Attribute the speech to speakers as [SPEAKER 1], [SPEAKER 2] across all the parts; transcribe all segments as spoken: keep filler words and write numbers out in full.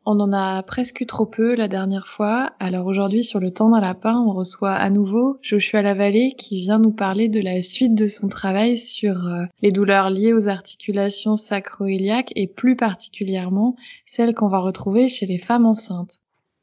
[SPEAKER 1] On en a presque eu trop peu la dernière fois. Alors aujourd'hui, sur le temps d'un lapin, on reçoit à nouveau Joshua Lavallée qui vient nous parler de la suite de son travail sur euh, les douleurs liées aux articulations sacro-iliaques et plus particulièrement celles qu'on va retrouver chez les femmes enceintes.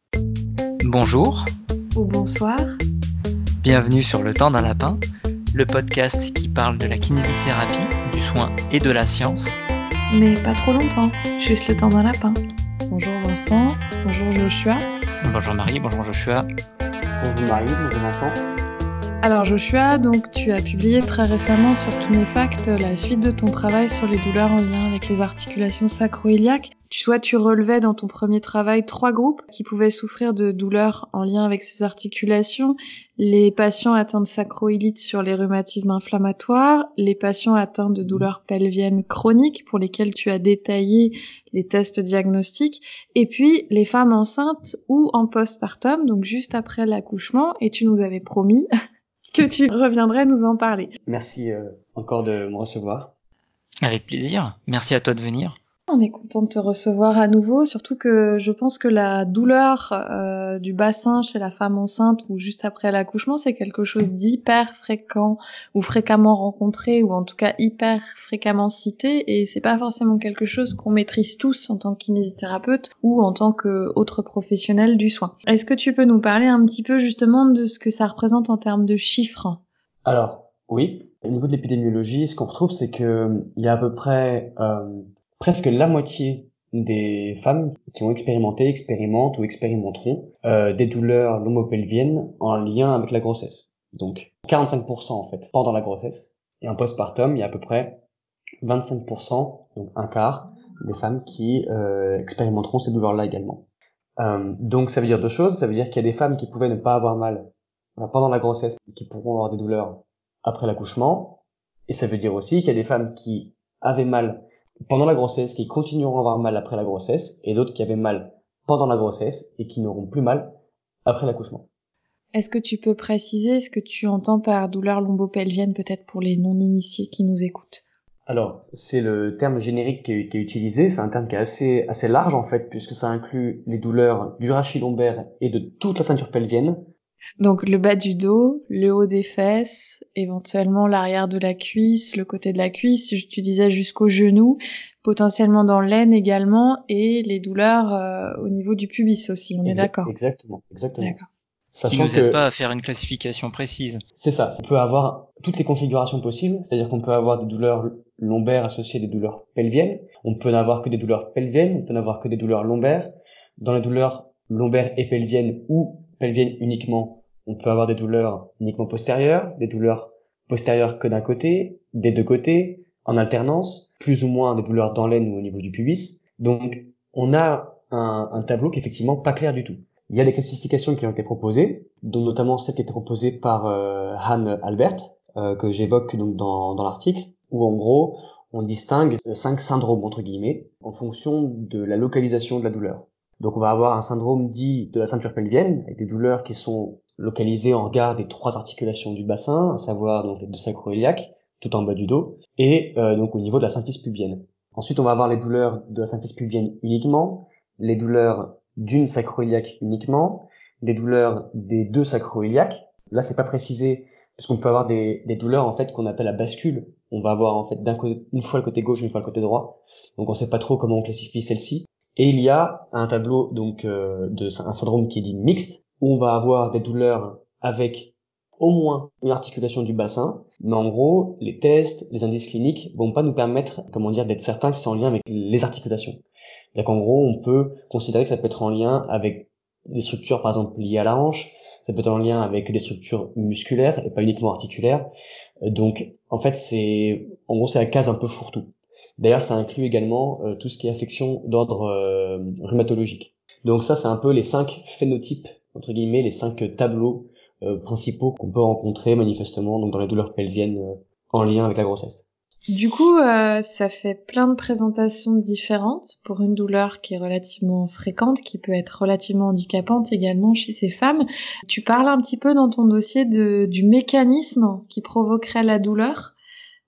[SPEAKER 2] Bonjour.
[SPEAKER 1] Ou bonsoir.
[SPEAKER 2] Bienvenue sur Le Temps d'un Lapin, le podcast qui parle de la kinésithérapie, du soin et de la science.
[SPEAKER 1] Mais pas trop longtemps, juste le temps d'un lapin. Bonjour Vincent, bonjour Joshua.
[SPEAKER 2] Bonjour Marie, bonjour Joshua.
[SPEAKER 3] Bonjour Marie, bonjour Vincent.
[SPEAKER 1] Alors Joshua, donc tu as publié très récemment sur Kinéfact la suite de ton travail sur les douleurs en lien avec les articulations sacro-iliaques. Toi, tu relevais dans ton premier travail trois groupes qui pouvaient souffrir de douleurs en lien avec ces articulations. Les patients atteints de sacroïlite sur les rhumatismes inflammatoires, les patients atteints de douleurs pelviennes chroniques pour lesquels tu as détaillé les tests diagnostiques, et puis les femmes enceintes ou en postpartum, donc juste après l'accouchement, et tu nous avais promis que tu reviendrais nous en parler.
[SPEAKER 3] Merci euh, encore de me recevoir.
[SPEAKER 2] Avec plaisir, merci à toi de venir.
[SPEAKER 1] On est content de te recevoir à nouveau, surtout que je pense que la douleur euh, du bassin chez la femme enceinte ou juste après l'accouchement, c'est quelque chose d'hyper fréquent ou fréquemment rencontré ou en tout cas hyper fréquemment cité, et c'est pas forcément quelque chose qu'on maîtrise tous en tant que kinésithérapeute ou en tant qu'autre professionnel du soin. Est-ce que tu peux nous parler un petit peu justement de ce que ça représente en termes de chiffres ?
[SPEAKER 3] Alors, oui, au niveau de l'épidémiologie, ce qu'on retrouve, c'est que il y a à peu près euh, presque la moitié des femmes qui ont expérimenté, expérimentent ou expérimenteront euh, des douleurs lombo-pelviennes en lien avec la grossesse. Donc quarante-cinq pour cent en fait pendant la grossesse. Et en postpartum, il y a à peu près vingt-cinq pour cent, donc un quart, des femmes qui euh, expérimenteront ces douleurs-là également. Euh, donc ça veut dire deux choses. Ça veut dire qu'il y a des femmes qui pouvaient ne pas avoir mal pendant la grossesse et qui pourront avoir des douleurs après l'accouchement. Et ça veut dire aussi qu'il y a des femmes qui avaient mal pendant la grossesse, qui continueront à avoir mal après la grossesse, et d'autres qui avaient mal pendant la grossesse et qui n'auront plus mal après l'accouchement.
[SPEAKER 1] Est-ce que tu peux préciser ce que tu entends par douleur lombo-pelvienne, peut-être pour les non-initiés qui nous écoutent ?
[SPEAKER 3] Alors, c'est le terme générique qui est, qui est utilisé, c'est un terme qui est assez, assez large en fait, puisque ça inclut les douleurs du rachis lombaire et de toute la ceinture pelvienne.
[SPEAKER 1] Donc le bas du dos, le haut des fesses, éventuellement l'arrière de la cuisse, le côté de la cuisse, tu disais jusqu'au genou, potentiellement dans l'aine également, et les douleurs euh, au niveau du pubis aussi, on
[SPEAKER 3] Exa-
[SPEAKER 1] est d'accord ?
[SPEAKER 3] Exactement, exactement.
[SPEAKER 1] D'accord.
[SPEAKER 2] Qui nous aide pas à faire une classification précise.
[SPEAKER 3] C'est ça, on peut avoir toutes les configurations possibles, c'est-à-dire qu'on peut avoir des douleurs lombaires associées à des douleurs pelviennes, on peut n'avoir que des douleurs pelviennes, on peut n'avoir que des douleurs lombaires. Dans les douleurs lombaires et pelviennes ou pelviennes uniquement, on peut avoir des douleurs uniquement postérieures, des douleurs postérieures que d'un côté, des deux côtés, en alternance, plus ou moins des douleurs dans l'aine ou au niveau du pubis. Donc, on a un, un tableau qui est effectivement pas clair du tout. Il y a des classifications qui ont été proposées, dont notamment celle qui a été proposée par euh, Han Albert, euh, que j'évoque donc dans, dans l'article, où en gros, on distingue cinq syndromes, entre guillemets, en fonction de la localisation de la douleur. Donc on va avoir un syndrome dit de la ceinture pelvienne, avec des douleurs qui sont localisées en regard des trois articulations du bassin, à savoir donc les deux sacro-iliaques, tout en bas du dos, et euh, donc au niveau de la symphyse pubienne. Ensuite, on va avoir les douleurs de la symphyse pubienne uniquement, les douleurs d'une sacro-iliaque uniquement, des douleurs des deux sacro-iliaques. Là, c'est pas précisé, puisqu'on peut avoir des, des douleurs en fait qu'on appelle la bascule. On va avoir en fait d'un côté, une fois le côté gauche, une fois le côté droit. Donc on sait pas trop comment on classifie celle-ci. Et il y a un tableau donc euh, de un syndrome qui est dit mixte, où on va avoir des douleurs avec au moins une articulation du bassin, mais en gros, les tests, les indices cliniques vont pas nous permettre, comment dire, d'être certains que c'est en lien avec les articulations. Donc en gros, on peut considérer que ça peut être en lien avec des structures, par exemple, liées à la hanche, ça peut être en lien avec des structures musculaires et pas uniquement articulaires. Donc, en fait, c'est, en gros, c'est la case un peu fourre-tout. D'ailleurs, ça inclut également euh, tout ce qui est affection d'ordre euh, rhumatologique. Donc ça, c'est un peu les cinq phénotypes, entre guillemets, les cinq tableaux euh, principaux qu'on peut rencontrer manifestement donc dans les douleurs pelviennes euh, en lien avec la grossesse.
[SPEAKER 1] Du coup, euh, ça fait plein de présentations différentes pour une douleur qui est relativement fréquente, qui peut être relativement handicapante également chez ces femmes. Tu parles un petit peu dans ton dossier de, du mécanisme qui provoquerait la douleur.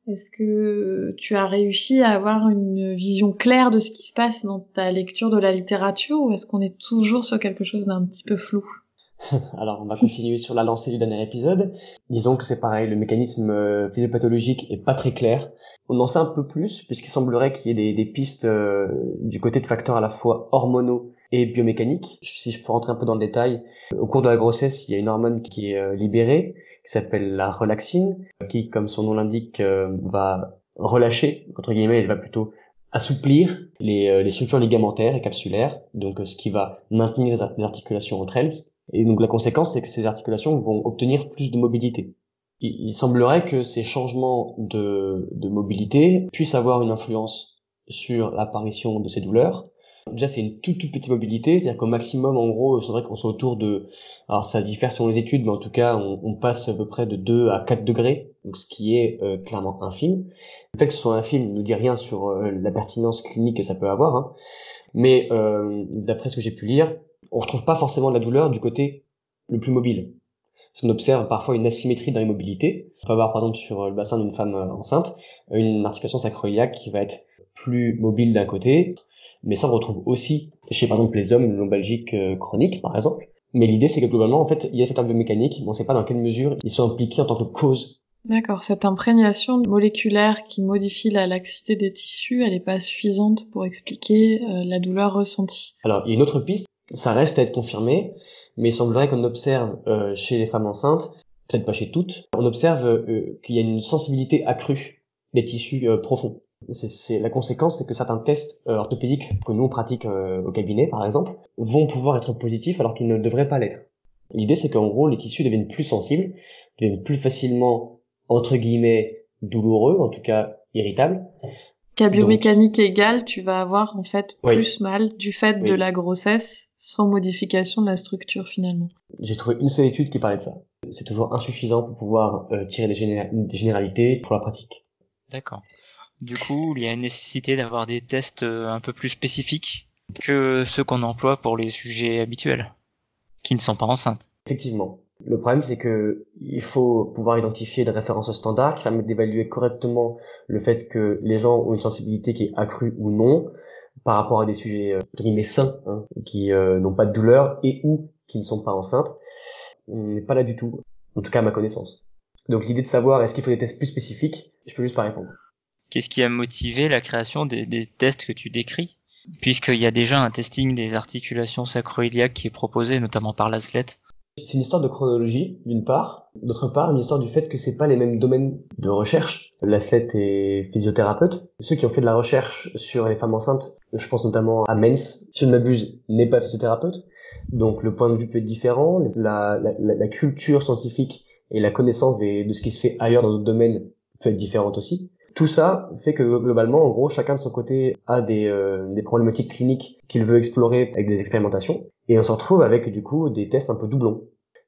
[SPEAKER 1] Est-ce que tu as réussi à avoir une vision claire de ce qui se passe dans ta lecture de la littérature ou est-ce qu'on est toujours sur quelque chose d'un petit peu flou?
[SPEAKER 3] Alors, on va continuer sur la lancée du dernier épisode. Disons que c'est pareil, le mécanisme euh, physiopathologique est pas très clair. On en sait un peu plus, puisqu'il semblerait qu'il y ait des, des pistes euh, du côté de facteurs à la fois hormonaux et biomécaniques. Si je peux rentrer un peu dans le détail, au cours de la grossesse, il y a une hormone qui est euh, libérée, qui s'appelle la relaxine, qui, comme son nom l'indique, euh, va relâcher, entre guillemets, elle va plutôt assouplir les, euh, les structures ligamentaires et capsulaires, donc euh, ce qui va maintenir les, ar- les articulations entre elles. Et donc la conséquence, c'est que ces articulations vont obtenir plus de mobilité. Il, il semblerait que ces changements de, de mobilité puissent avoir une influence sur l'apparition de ces douleurs. Déjà, c'est une toute, toute petite mobilité, c'est-à-dire qu'au maximum, en gros, c'est vrai qu'on soit autour de... Alors, ça diffère selon les études, mais en tout cas, on, on passe à peu près de deux à quatre degrés, donc ce qui est euh, clairement infime. Le fait que ce soit infime ne nous dit rien sur euh, la pertinence clinique que ça peut avoir, hein. Mais euh, d'après ce que j'ai pu lire, on retrouve pas forcément de la douleur du côté le plus mobile. Parce qu'on observe parfois une asymétrie dans les mobilités. On peut avoir par exemple sur le bassin d'une femme enceinte une articulation sacro-iliaque qui va être plus mobile d'un côté, mais ça on retrouve aussi chez par exemple les hommes, une lombalgique euh, chronique par exemple. Mais l'idée c'est que globalement en fait il y a des facteurs biomécaniques, mais on ne sait pas dans quelle mesure ils sont impliqués en tant que cause.
[SPEAKER 1] D'accord, cette imprégnation moléculaire qui modifie la laxité des tissus, elle n'est pas suffisante pour expliquer euh, la douleur ressentie.
[SPEAKER 3] Alors il y a une autre piste, ça reste à être confirmé, mais il semblerait qu'on observe euh, chez les femmes enceintes, peut-être pas chez toutes, on observe euh, qu'il y a une sensibilité accrue des tissus euh, profonds. C'est, c'est la conséquence, c'est que certains tests euh, orthopédiques que nous on pratique euh, au cabinet, par exemple, vont pouvoir être positifs alors qu'ils ne devraient pas l'être. L'idée, c'est qu'en gros, les tissus deviennent plus sensibles, deviennent plus facilement, entre guillemets, douloureux, en tout cas irritables.
[SPEAKER 1] Qu'à biomécanique égale, tu vas avoir en fait
[SPEAKER 3] Oui.
[SPEAKER 1] plus mal du fait
[SPEAKER 3] Oui.
[SPEAKER 1] de la grossesse sans modification de la structure finalement.
[SPEAKER 3] J'ai trouvé une seule étude qui parlait de ça. C'est toujours insuffisant pour pouvoir euh, tirer des, géné- des généralités pour la pratique.
[SPEAKER 2] D'accord. Du coup, il y a une nécessité d'avoir des tests euh, un peu plus spécifiques que ceux qu'on emploie pour les sujets habituels, qui ne sont pas enceintes.
[SPEAKER 3] Effectivement. Le problème, c'est que il faut pouvoir identifier des références standards qui permettent d'évaluer correctement le fait que les gens ont une sensibilité qui est accrue ou non par rapport à des sujets euh, entre guillemets sains, hein, qui euh, n'ont pas de douleur et ou qui ne sont pas enceintes. On n'est pas là du tout, en tout cas à ma connaissance. Donc l'idée de savoir est-ce qu'il faut des tests plus spécifiques, je peux juste pas répondre.
[SPEAKER 2] Qu'est-ce qui a motivé la création des, des tests que tu décris? Puisqu'il y a déjà un testing des articulations sacro-iliaques qui est proposé, notamment par l'Athlète.
[SPEAKER 3] C'est une histoire de chronologie, d'une part. D'autre part, une histoire du fait que c'est pas les mêmes domaines de recherche. L'athlète est physiothérapeute. Ceux qui ont fait de la recherche sur les femmes enceintes, je pense notamment à Mens, si je ne m'abuse, n'est pas physiothérapeute. Donc le point de vue peut être différent. La, la, la, la culture scientifique et la connaissance des, de ce qui se fait ailleurs dans d'autres domaines peut être différente aussi. Tout ça fait que globalement, en gros, chacun de son côté a des, euh, des problématiques cliniques qu'il veut explorer avec des expérimentations. Et on se retrouve avec du coup des tests un peu doublons.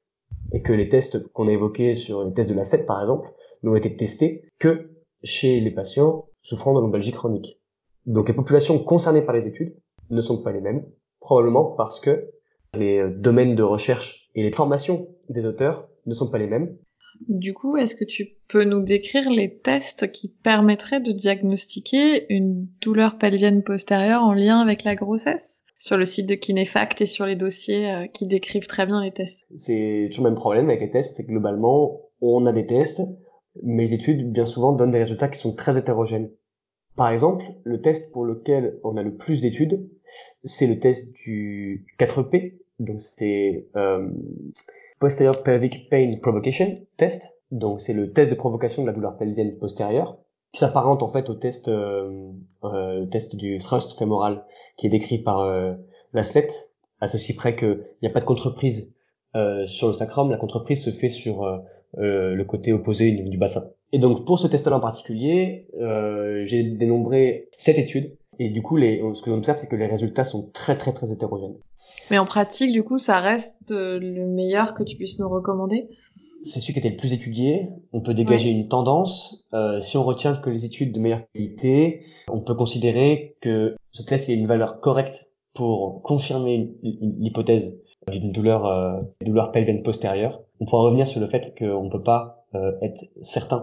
[SPEAKER 3] Et que les tests qu'on a évoqués sur les tests de l'A C E T par exemple, n'ont été testés que chez les patients souffrant de lombalgie chronique. Donc les populations concernées par les études ne sont pas les mêmes, probablement parce que les domaines de recherche et les formations des auteurs ne sont pas les mêmes.
[SPEAKER 1] Du coup, est-ce que tu peux nous décrire les tests qui permettraient de diagnostiquer une douleur pelvienne postérieure en lien avec la grossesse ? Sur le site de Kinefact et sur les dossiers euh, qui décrivent très bien les tests.
[SPEAKER 3] C'est toujours le même problème avec les tests, c'est que globalement, on a des tests, mais les études, bien souvent, donnent des résultats qui sont très hétérogènes. Par exemple, le test pour lequel on a le plus d'études, c'est le test du quatre P, donc c'est euh, Posterior Pelvic Pain Provocation Test, donc c'est le test de provocation de la douleur pelvienne postérieure, qui s'apparente en fait au test, euh, euh, test du thrust fémoral, qui est décrit par euh, l'Athlète, à ceci près qu'il n'y a pas de contreprise euh, sur le sacrum, la contreprise se fait sur euh, euh, le côté opposé du, du bassin. Et donc pour ce test-là en particulier, euh, j'ai dénombré sept études, et du coup les, ce que l'on observe, c'est que les résultats sont très très très hétérogènes.
[SPEAKER 1] Mais en pratique, du coup, ça reste euh, le meilleur que tu puisses nous recommander ?
[SPEAKER 3] C'est celui qui était le plus étudié. On peut dégager ouais. une tendance. Euh, si on retient que les études de meilleure qualité, on peut considérer que ce test a une valeur correcte pour confirmer l'hypothèse d'une douleur, euh, douleur pelvienne postérieure. On pourra revenir sur le fait qu'on ne peut pas euh, être certain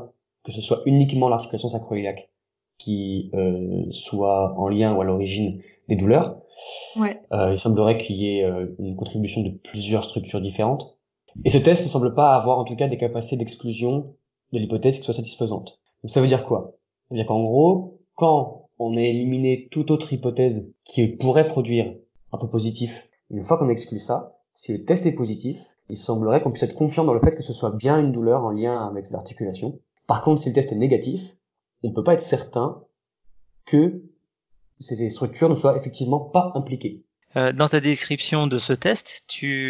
[SPEAKER 3] que ce soit uniquement l'articulation sacro-iliaque qui euh, soit en lien ou à l'origine des douleurs.
[SPEAKER 1] Ouais.
[SPEAKER 3] Euh, il semblerait qu'il y ait euh, une contribution de plusieurs structures différentes. Et ce test ne semble pas avoir en tout cas des capacités d'exclusion de l'hypothèse qui soit satisfaisante. Donc ça veut dire quoi? Ça veut dire qu'en gros, quand on a éliminé toute autre hypothèse qui pourrait produire un peu positif, une fois qu'on exclut ça, si le test est positif, il semblerait qu'on puisse être confiant dans le fait que ce soit bien une douleur en lien avec ces articulations. Par contre, si le test est négatif, on peut pas être certain que ces structures ne soient effectivement pas impliquées.
[SPEAKER 2] Euh, dans ta description de ce test,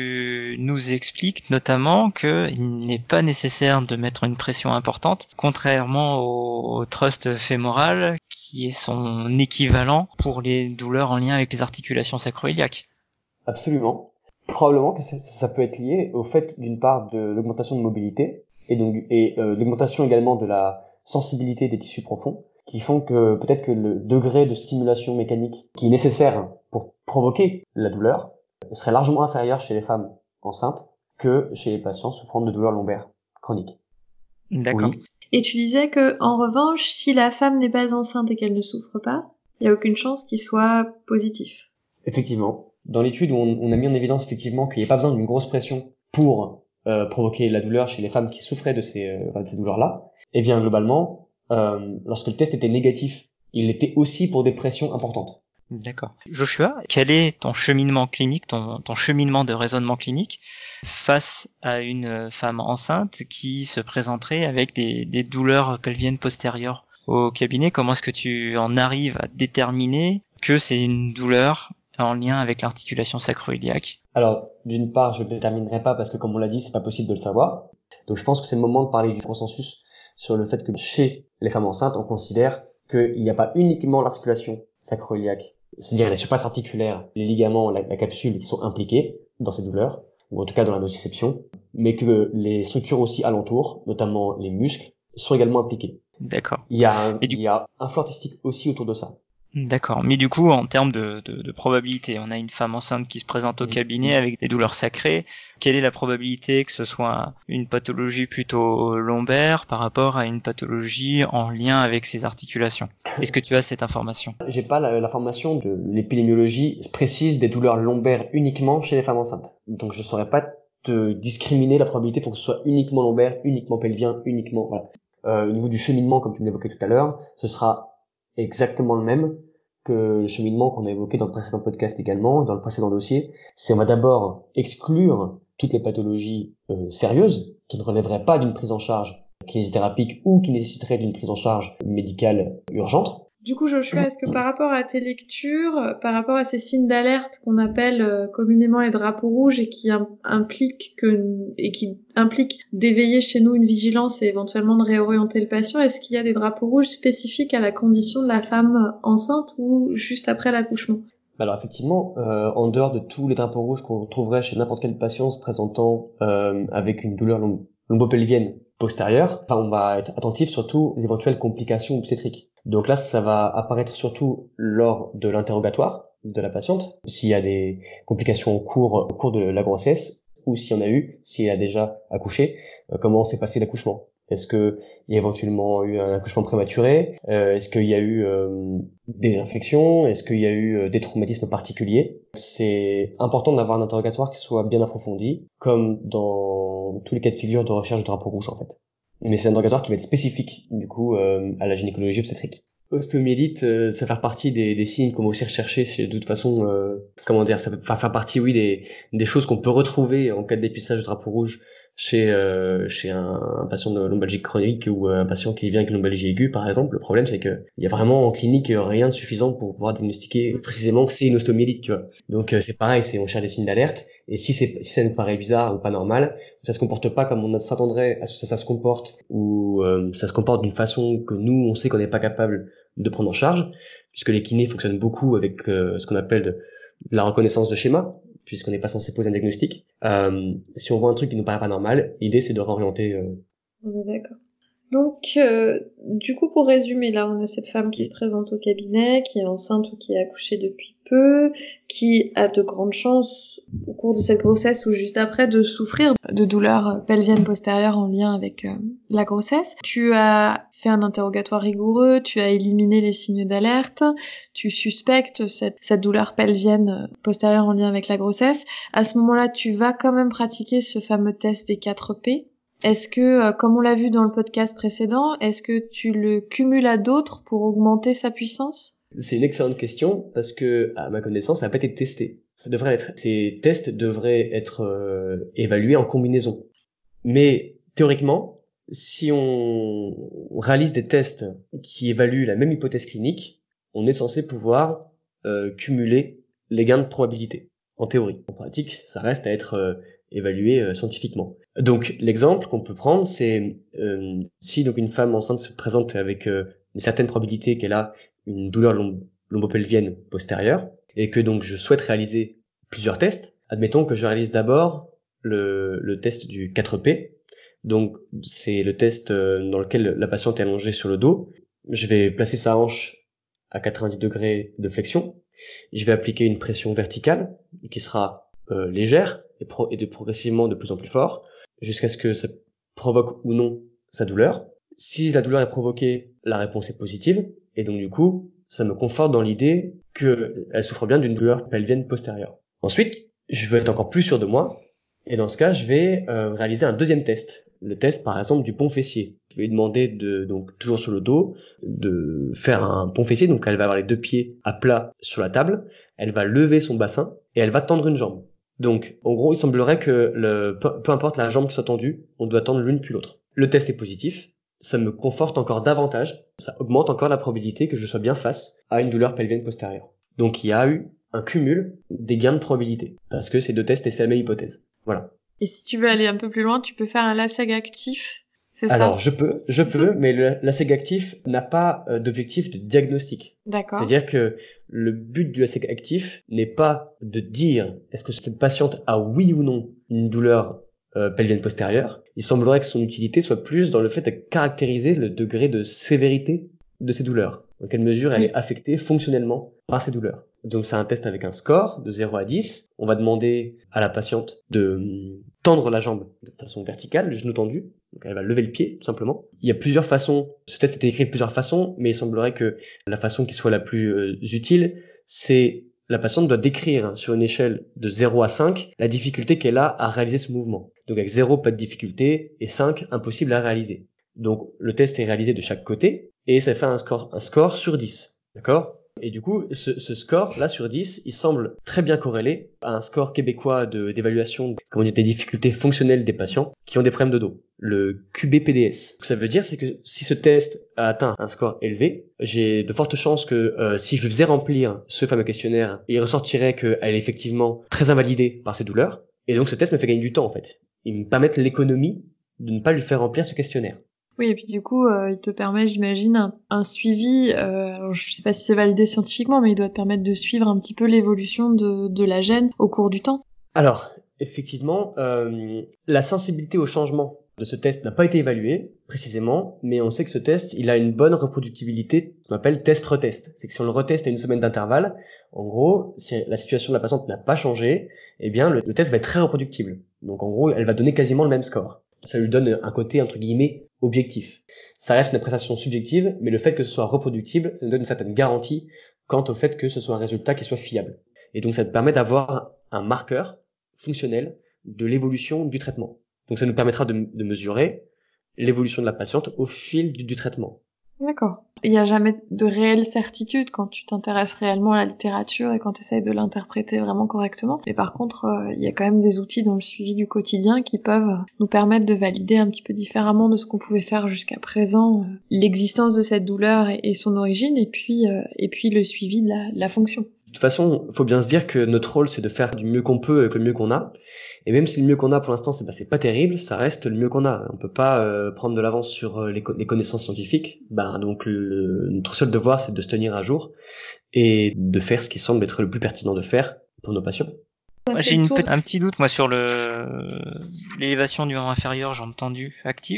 [SPEAKER 2] tu nous expliques notamment qu'il n'est pas nécessaire de mettre une pression importante, contrairement au, au thrust fémoral, qui est son équivalent pour les douleurs en lien avec les articulations sacro-iliaques.
[SPEAKER 3] Absolument. Probablement que ça, ça peut être lié au fait, d'une part, de l'augmentation de mobilité, et donc et euh, l'augmentation également de la sensibilité des tissus profonds, qui font que peut-être que le degré de stimulation mécanique qui est nécessaire pour provoquer la douleur serait largement inférieur chez les femmes enceintes que chez les patients souffrant de douleurs lombaires chroniques.
[SPEAKER 2] D'accord.
[SPEAKER 3] Oui.
[SPEAKER 1] Et tu disais que, en revanche, si la femme n'est pas enceinte et qu'elle ne souffre pas, il n'y a aucune chance qu'il soit positif.
[SPEAKER 3] Effectivement. Dans l'étude où on, on a mis en évidence effectivement qu'il n'y a pas besoin d'une grosse pression pour euh, provoquer la douleur chez les femmes qui souffraient de ces, euh, de ces douleurs-là, eh bien globalement, Euh, lorsque le test était négatif, il l'était aussi pour des pressions importantes.
[SPEAKER 2] D'accord. Joshua, quel est ton cheminement clinique, ton, ton cheminement de raisonnement clinique face à une femme enceinte qui se présenterait avec des, des douleurs pelviennes postérieures au cabinet? Comment est-ce que tu en arrives à déterminer que c'est une douleur en lien avec l'articulation sacro-iliaque?
[SPEAKER 3] Alors, d'une part, je ne le déterminerai pas parce que, comme on l'a dit, c'est pas possible de le savoir. Donc, je pense que c'est le moment de parler du consensus sur le fait que chez les femmes enceintes, on considère qu'il n'y a pas uniquement l'articulation sacro-iliaque, c'est-à-dire les surfaces articulaires, les ligaments, la, la capsule qui sont impliqués dans ces douleurs, ou en tout cas dans la nociception, mais que les structures aussi alentours, notamment les muscles, sont également impliqués.
[SPEAKER 2] D'accord.
[SPEAKER 3] Il y a un,
[SPEAKER 2] Et du...
[SPEAKER 3] il y a un flou artistique aussi autour de ça.
[SPEAKER 2] D'accord. Mais du coup, en termes de, de, de probabilité, on a une femme enceinte qui se présente au
[SPEAKER 3] Mmh.
[SPEAKER 2] cabinet avec des douleurs sacrées. Quelle est la probabilité que ce soit une pathologie plutôt lombaire par rapport à une pathologie en lien avec ses articulations? Est-ce que tu as cette information?
[SPEAKER 3] J'ai pas l'information de l'épidémiologie précise des douleurs lombaires uniquement chez les femmes enceintes. Donc je saurais pas te discriminer la probabilité pour que ce soit uniquement lombaire, uniquement pelvien, uniquement... Voilà. Euh, au niveau du cheminement, comme tu l'évoquais tout à l'heure, ce sera exactement le même que le cheminement qu'on a évoqué dans le précédent podcast également, dans le précédent dossier. C'est on va d'abord exclure toutes les pathologies euh, sérieuses qui ne relèveraient pas d'une prise en charge kinésithérapique ou qui nécessiteraient d'une prise en charge médicale urgente.
[SPEAKER 1] Du coup, Joshua, est-ce que par rapport à tes lectures, par rapport à ces signes d'alerte qu'on appelle euh, communément les drapeaux rouges et qui im- impliquent que et qui impliquent d'éveiller chez nous une vigilance et éventuellement de réorienter le patient, est-ce qu'il y a des drapeaux rouges spécifiques à la condition de la femme enceinte ou juste après l'accouchement?
[SPEAKER 3] Alors effectivement, euh, en dehors de tous les drapeaux rouges qu'on trouverait chez n'importe quel patient se présentant euh, avec une douleur lom- lombopelvienne postérieure, enfin, on va être attentif surtout aux éventuelles complications obstétriques. Donc là, ça va apparaître surtout lors de l'interrogatoire de la patiente, s'il y a des complications au cours, au cours de la grossesse, ou s'il y en a eu, si elle a déjà accouché, euh, comment s'est passé l'accouchement. Est-ce que il y a éventuellement eu un accouchement prématuré? euh, Est-ce qu'il y a eu euh, des infections? Est-ce qu'il y a eu euh, des traumatismes particuliers? C'est important d'avoir un interrogatoire qui soit bien approfondi, comme dans tous les cas de figure de recherche de drapeau rouge en fait. Mais c'est un interrogatoire qui va être spécifique du coup euh, à la gynécologie obstétrique. Ostéomyélite, euh, ça fait partie des, des signes qu'on va aussi rechercher. C'est de toute façon, euh, comment dire, ça peut faire partie, oui, des, des choses qu'on peut retrouver en cas de dépistage de drapeau rouge chez euh, chez un, un patient de lombalgie chronique ou un patient qui vient avec une lombalgie aiguë par exemple. Le problème c'est que il y a vraiment en clinique rien de suffisant pour pouvoir diagnostiquer précisément que c'est une ostéomyélite, tu vois. Donc euh, c'est pareil, c'est on cherche des signes d'alerte et si c'est si ça nous paraît bizarre ou pas normal, ça se comporte pas comme on s'attendrait à ce que ça, ça se comporte ou euh, ça se comporte d'une façon que nous on sait qu'on n'est pas capable de prendre en charge, puisque les kinés fonctionnent beaucoup avec euh, ce qu'on appelle de, de la reconnaissance de schéma, puisqu'on n'est pas censé poser un diagnostic. Euh, si on voit un truc qui nous paraît pas normal, l'idée c'est de réorienter. Euh...
[SPEAKER 1] On est d'accord. Donc, euh, du coup, pour résumer, là, on a cette femme qui se présente au cabinet, qui est enceinte ou qui est accouchée depuis peu, qui a de grandes chances, au cours de cette grossesse ou juste après, de souffrir de douleurs pelviennes postérieures en lien avec euh, la grossesse. Tu as fait un interrogatoire rigoureux, tu as éliminé les signes d'alerte, tu suspectes cette, cette douleur pelvienne postérieure en lien avec la grossesse. À ce moment-là, tu vas quand même pratiquer ce fameux test des quatre P. Est-ce que, comme on l'a vu dans le podcast précédent, est-ce que tu le cumules à d'autres pour augmenter sa puissance ?
[SPEAKER 3] C'est une excellente question parce que, à ma connaissance, ça n'a pas été testé. Ça devrait être, ces tests devraient être euh, évalués en combinaison. Mais théoriquement, si on réalise des tests qui évaluent la même hypothèse clinique, on est censé pouvoir euh, cumuler les gains de probabilité. En théorie. En pratique, ça reste à être euh, évalué euh, scientifiquement. Donc l'exemple qu'on peut prendre, c'est euh, si donc une femme enceinte se présente avec euh, une certaine probabilité qu'elle a une douleur lom- lombopelvienne postérieure et que donc je souhaite réaliser plusieurs tests. Admettons que je réalise d'abord le, le test du quatre P. Donc c'est le test euh, dans lequel la patiente est allongée sur le dos. Je vais placer sa hanche à quatre-vingt-dix degrés de flexion. Je vais appliquer une pression verticale qui sera euh, légère et, pro- et de progressivement de plus en plus fort jusqu'à ce que ça provoque ou non sa douleur. Si la douleur est provoquée, la réponse est positive et donc du coup, ça me conforte dans l'idée qu'elle souffre bien d'une douleur pelvienne postérieure. Ensuite, je veux être encore plus sûr de moi et dans ce cas, je vais euh, réaliser un deuxième test. Le test, par exemple, du pont fessier. Je vais lui demander de, donc toujours sur le dos, de faire un pont fessier. Donc, elle va avoir les deux pieds à plat sur la table. Elle va lever son bassin et elle va tendre une jambe. Donc, en gros, il semblerait que le, peu, peu importe la jambe qui soit tendue, on doit tendre l'une puis l'autre. Le test est positif. Ça me conforte encore davantage. Ça augmente encore la probabilité que je sois bien face à une douleur pelvienne postérieure. Donc, il y a eu un cumul des gains de probabilité. Parce que ces deux tests essaient la même hypothèse. Voilà.
[SPEAKER 1] Et si tu veux aller un peu plus loin, tu peux faire un LASEG actif, c'est ça ?
[SPEAKER 3] Alors, je peux, je peux, mais le LASEG actif n'a pas euh, d'objectif de diagnostic.
[SPEAKER 1] D'accord.
[SPEAKER 3] C'est-à-dire que le but du LASEG actif n'est pas de dire est-ce que cette patiente a oui ou non une douleur euh, pelvienne postérieure. Il semblerait que son utilité soit plus dans le fait de caractériser le degré de sévérité de ces douleurs. Dans quelle mesure elle
[SPEAKER 1] Oui.
[SPEAKER 3] est affectée fonctionnellement par ces douleurs. Donc c'est un test avec un score de zéro à dix. On va demander à la patiente de hum, tendre la jambe de façon verticale, le genou tendu. Donc elle va lever le pied, tout simplement. Il y a plusieurs façons, ce test est écrit de plusieurs façons, mais il semblerait que la façon qui soit la plus euh, utile, c'est la patiente doit décrire sur une échelle de zéro à cinq la difficulté qu'elle a à réaliser ce mouvement. Donc avec zéro, pas de difficulté, et cinq, impossible à réaliser. Donc le test est réalisé de chaque côté, et ça fait un score, un score sur dix. D'accord ? Et du coup, ce, ce score-là sur dix, il semble très bien corrélé à un score québécois de, d'évaluation comment dire, des difficultés fonctionnelles des patients qui ont des problèmes de dos, le Q B P D S. Ce que ça veut dire, c'est que si ce test a atteint un score élevé, j'ai de fortes chances que euh, si je lui faisais remplir ce fameux questionnaire, il ressortirait qu'elle est effectivement très invalidée par ses douleurs. Et donc ce test me fait gagner du temps en fait. Il me permet l'économie de ne pas lui faire remplir ce questionnaire.
[SPEAKER 1] Oui, et puis du coup, euh, il te permet, j'imagine, un, un suivi, euh, alors je sais pas si c'est validé scientifiquement, mais il doit te permettre de suivre un petit peu l'évolution de, de la gêne au cours du temps.
[SPEAKER 3] Alors, effectivement, euh, la sensibilité au changement de ce test n'a pas été évaluée, précisément, mais on sait que ce test, il a une bonne reproductibilité, qu'on appelle test-retest. C'est que si on le reteste à une semaine d'intervalle, en gros, si la situation de la patiente n'a pas changé, eh bien, le, le test va être très reproductible. Donc, en gros, elle va donner quasiment le même score. Ça lui donne un côté, entre guillemets, objectif. Ça reste une appréciation subjective, mais le fait que ce soit reproductible, ça nous donne une certaine garantie quant au fait que ce soit un résultat qui soit fiable. Et donc ça te permet d'avoir un marqueur fonctionnel de l'évolution du traitement. Donc ça nous permettra de, de mesurer l'évolution de la patiente au fil du, du traitement.
[SPEAKER 1] D'accord. Il n'y a jamais de réelle certitude quand tu t'intéresses réellement à la littérature et quand tu essayes de l'interpréter vraiment correctement. Mais par contre, euh, il y a quand même des outils dans le suivi du quotidien qui peuvent nous permettre de valider un petit peu différemment de ce qu'on pouvait faire jusqu'à présent, euh, l'existence de cette douleur et, et son origine, et puis, euh, et puis le suivi de la, la fonction.
[SPEAKER 3] De toute façon, il faut bien se dire que notre rôle, c'est de faire du mieux qu'on peut avec le mieux qu'on a. Et même si le mieux qu'on a pour l'instant, c'est, bah, c'est pas terrible, ça reste le mieux qu'on a. On peut pas euh, prendre de l'avance sur euh, les, co- les connaissances scientifiques. Bah, donc le, notre seul devoir, c'est de se tenir à jour et de faire ce qui semble être le plus pertinent de faire pour nos patients.
[SPEAKER 2] Moi, j'ai une pe- un petit doute moi sur le l'élévation du membre inférieur, jambe tendue active.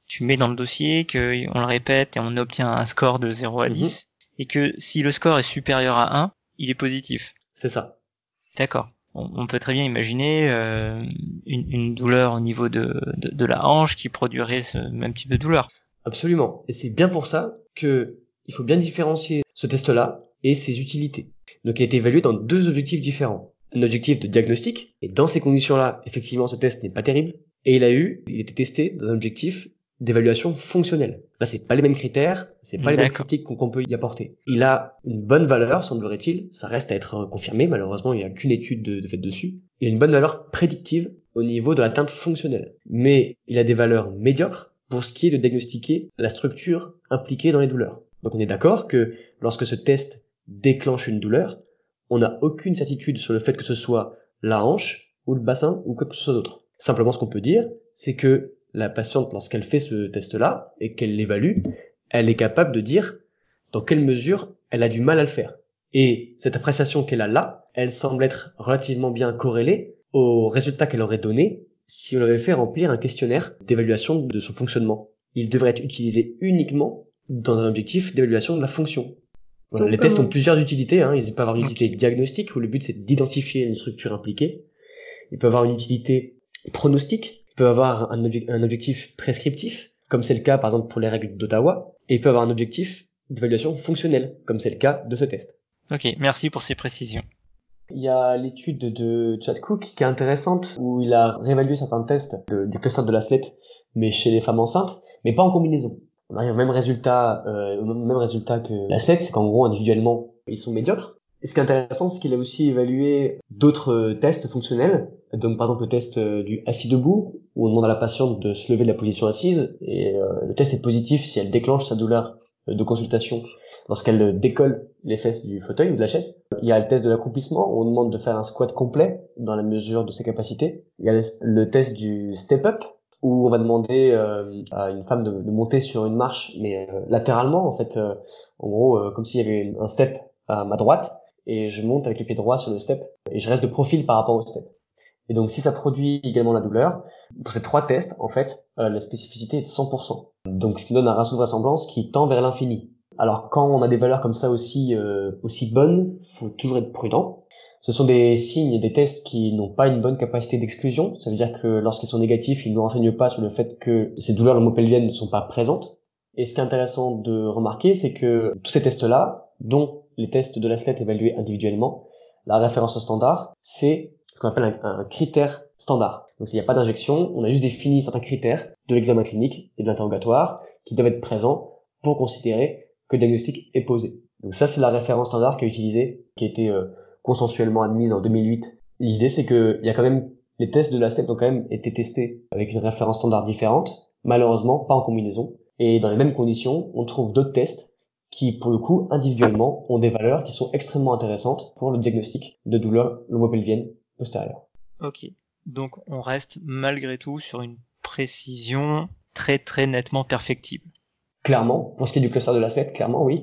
[SPEAKER 2] tu mets dans le dossier, que on le répète et on obtient un score de zéro à dix, mmh. et que si le score est supérieur à un, il est positif.
[SPEAKER 3] C'est ça.
[SPEAKER 2] D'accord. On, on peut très bien imaginer euh, une, une douleur au niveau de, de, de la hanche qui produirait ce même type de douleur.
[SPEAKER 3] Absolument. Et c'est bien pour ça que il faut bien différencier ce test-là et ses utilités. Donc il a été évalué dans deux objectifs différents. Un objectif de diagnostic, et dans ces conditions-là, effectivement, ce test n'est pas terrible. Et il a eu, il a été testé dans un objectif d'évaluation fonctionnelle. Là, c'est pas les mêmes critères, c'est pas les mêmes critiques qu'on, qu'on peut y apporter. Il a une bonne valeur, semblerait-il. Ça reste à être confirmé. Malheureusement, il n'y a qu'une étude de, de fait dessus. Il a une bonne valeur prédictive au niveau de l'atteinte fonctionnelle. Mais il a des valeurs médiocres pour ce qui est de diagnostiquer la structure impliquée dans les douleurs. Donc on est d'accord que lorsque ce test déclenche une douleur, on n'a aucune certitude sur le fait que ce soit la hanche ou le bassin ou quoi que ce soit d'autre. Simplement, ce qu'on peut dire, c'est que la patiente, lorsqu'elle fait ce test-là et qu'elle l'évalue, elle est capable de dire dans quelle mesure elle a du mal à le faire. Et cette appréciation qu'elle a là, elle semble être relativement bien corrélée aux résultats qu'elle aurait donné si on avait fait remplir un questionnaire d'évaluation de son fonctionnement. Il devrait être utilisé uniquement dans un objectif d'évaluation de la fonction. Voilà, les tests ont plusieurs utilités, hein. Ils peuvent avoir une utilité okay. diagnostique, où le but c'est d'identifier une structure impliquée. Ils peuvent avoir une utilité pronostique, ils peuvent avoir un, obje- un objectif prescriptif, comme c'est le cas par exemple pour les règles d'Ottawa, et ils peuvent avoir un objectif d'évaluation fonctionnelle, comme c'est le cas de ce test.
[SPEAKER 2] Ok, merci pour ces précisions.
[SPEAKER 3] Il y a l'étude de Chad Cook qui est intéressante, où il a réévalué certains tests de, du cluster de Laslett, mais chez les femmes enceintes, mais pas en combinaison. On arrive au même résultat, euh, au même résultat que Laslett, c'est qu'en gros, individuellement, ils sont médiocres. Et ce qui est intéressant, c'est qu'il a aussi évalué d'autres tests fonctionnels. Donc, par exemple, le test du assis debout, où on demande à la patiente de se lever de la position assise, et euh, le test est positif si elle déclenche sa douleur de consultation lorsqu'elle décolle les fesses du fauteuil ou de la chaise. Il y a le test de l'accroupissement, où on demande de faire un squat complet dans la mesure de ses capacités. Il y a le test du step-up, où on va demander euh, à une femme de, de monter sur une marche, mais euh, latéralement, en fait, euh, en gros, euh, comme s'il y avait un step à ma droite, et je monte avec les pieds droits sur le step, et je reste de profil par rapport au step. Et donc, si ça produit également la douleur, pour ces trois tests, en fait, euh, la spécificité est de cent pour cent. Donc, ce qui donne un ratio de vraisemblance qui tend vers l'infini. Alors, quand on a des valeurs comme ça aussi euh, aussi bonnes, faut toujours être prudent. Ce sont des signes, des tests qui n'ont pas une bonne capacité d'exclusion. Ça veut dire que lorsqu'ils sont négatifs, ils ne nous renseignent pas sur le fait que ces douleurs lombo-pelviennes ne sont pas présentes. Et ce qui est intéressant de remarquer, c'est que tous ces tests-là, dont les tests de Laslett évalués individuellement, la référence au standard, c'est ce qu'on appelle un, un critère standard. Donc s'il n'y a pas d'injection, on a juste défini certains critères de l'examen clinique et de l'interrogatoire qui doivent être présents pour considérer que le diagnostic est posé. Donc ça, c'est la référence standard qui est utilisée, qui a été euh, consensuellement admise en deux mille huit. L'idée, c'est que il y a quand même, les tests de Laslett ont quand même été testés avec une référence standard différente, malheureusement pas en combinaison. Et dans les mêmes conditions, on trouve d'autres tests qui, pour le coup, individuellement, ont des valeurs qui sont extrêmement intéressantes pour le diagnostic de douleur lombo-pelvienne postérieure.
[SPEAKER 2] Ok. Donc, on reste malgré tout sur une précision très très nettement perfectible.
[SPEAKER 3] Clairement, pour ce qui est du cluster de Laslett, clairement, oui.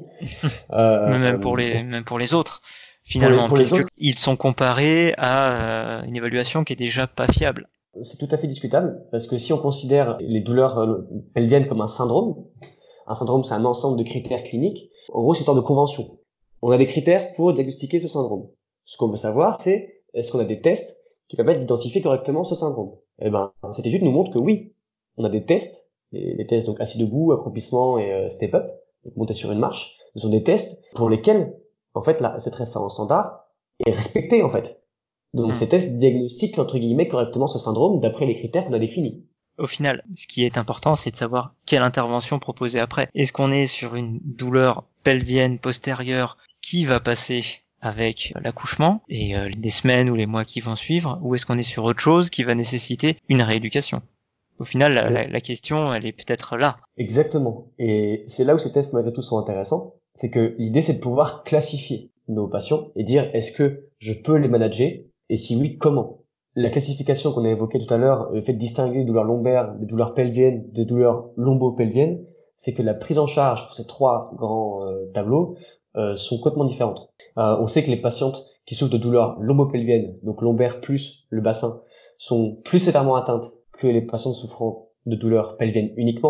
[SPEAKER 2] euh, même pour les, même pour les autres. Finalement,
[SPEAKER 3] pour les, pour les
[SPEAKER 2] puisqu'ils sont comparés à une évaluation qui est déjà pas fiable.
[SPEAKER 3] C'est tout à fait discutable, parce que si on considère les douleurs pelviennes comme un syndrome, un syndrome c'est un ensemble de critères cliniques, en gros c'est une sorte de convention. On a des critères pour diagnostiquer ce syndrome. Ce qu'on veut savoir, c'est est-ce qu'on a des tests qui permettent d'identifier correctement ce syndrome. Eh ben, cette étude nous montre que oui, on a des tests, les, les tests donc assis debout, accroupissement et euh, step-up, donc monter sur une marche, ce sont des tests pour lesquels en fait, là, cette référence standard est respectée, en fait. Donc, mmh. ces tests diagnostiquent, entre guillemets, correctement ce syndrome d'après les critères qu'on a définis.
[SPEAKER 2] Au final, ce qui est important, c'est de savoir quelle intervention proposer après. Est-ce qu'on est sur une douleur pelvienne postérieure qui va passer avec l'accouchement et euh, les semaines ou les mois qui vont suivre, ou est-ce qu'on est sur autre chose qui va nécessiter une rééducation ? Au final, la, la, la question, elle est peut-être là.
[SPEAKER 3] Exactement. Et c'est là où ces tests, malgré tout, sont intéressants. C'est que l'idée, c'est de pouvoir classifier nos patients et dire est-ce que je peux les manager et si oui, comment. La classification qu'on a évoquée tout à l'heure, le fait de distinguer des douleurs lombaires, des douleurs pelviennes, des douleurs lombo-pelviennes, c'est que la prise en charge pour ces trois grands euh, tableaux euh, sont complètement différentes. Euh, on sait que les patientes qui souffrent de douleurs lombo-pelviennes, donc lombaires plus le bassin, sont plus sévèrement atteintes que les patientes souffrant de douleurs pelviennes uniquement.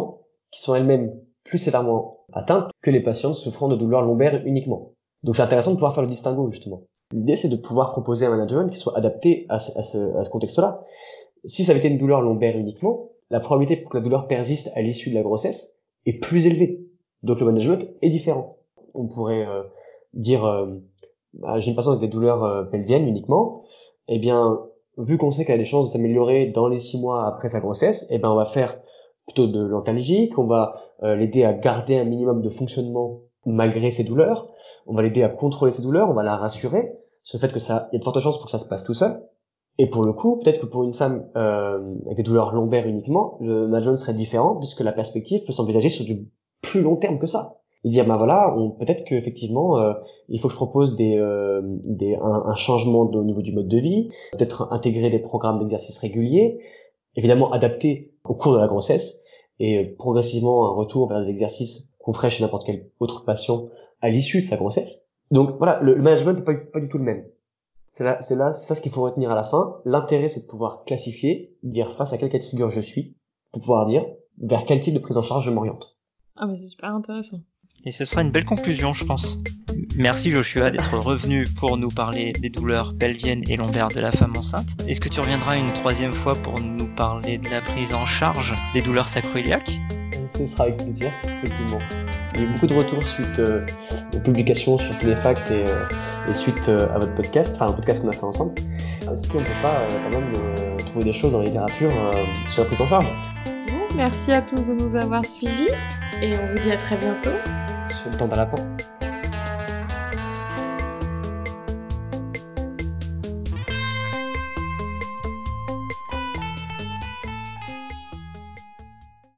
[SPEAKER 3] qui sont elles-mêmes plus sévèrement atteintes que les patientes souffrant de douleurs lombaires uniquement. Donc c'est intéressant de pouvoir faire le distinguo, justement. L'idée, c'est de pouvoir proposer un management qui soit adapté à ce, à ce, à ce contexte-là. Si ça avait été une douleur lombaire uniquement, la probabilité pour que la douleur persiste à l'issue de la grossesse est plus élevée. Donc le management est différent. On pourrait euh, dire, euh, bah, j'ai une patiente avec des douleurs euh, pelviennes uniquement, eh bien, vu qu'on sait qu'elle a des chances de s'améliorer dans les six mois après sa grossesse, eh ben on va faire plutôt de l'antalgique, on va euh, l'aider à garder un minimum de fonctionnement malgré ses douleurs, on va l'aider à contrôler ses douleurs, on va la rassurer sur le fait que ça, il y a de fortes chances pour que ça se passe tout seul. Et pour le coup, peut-être que pour une femme euh, avec des douleurs lombaires uniquement, le management serait différent puisque la perspective peut s'envisager sur du plus long terme que ça. Et dire, ben voilà, on, peut-être qu'effectivement, euh, il faut que je propose des, euh, des, un, un changement de, au niveau du mode de vie, peut-être intégrer des programmes d'exercice réguliers, évidemment adaptés au cours de la grossesse, et euh, progressivement un retour vers des exercices qu'on ferait chez n'importe quel autre patient à l'issue de sa grossesse. Donc voilà, le, le management n'est pas, pas du tout le même. C'est là, c'est là, c'est ça ce qu'il faut retenir à la fin. L'intérêt, c'est de pouvoir classifier, dire face à quel cas de figure je suis, pour pouvoir dire vers quel type de prise en charge je m'oriente.
[SPEAKER 1] Ah mais c'est super intéressant.
[SPEAKER 2] Et ce sera une belle conclusion, je pense. Merci Joshua d'être revenu pour nous parler des douleurs pelviennes et lombaires de la femme enceinte. Est-ce que tu reviendras une troisième fois pour nous parler de la prise en charge des douleurs sacro-iliaques ?
[SPEAKER 3] Ce sera avec plaisir, effectivement. Il y a eu beaucoup de retours suite euh, aux publications sur Kinefact et, euh, et suite euh, à votre podcast, enfin un podcast qu'on a fait ensemble. Est-ce qu'on ne peut pas euh, quand même euh, trouver des choses dans la littérature euh, sur la prise en charge ?
[SPEAKER 1] Bon, merci à tous de nous avoir suivis et on vous dit à très bientôt.
[SPEAKER 3] Sur le temps d'un lapin.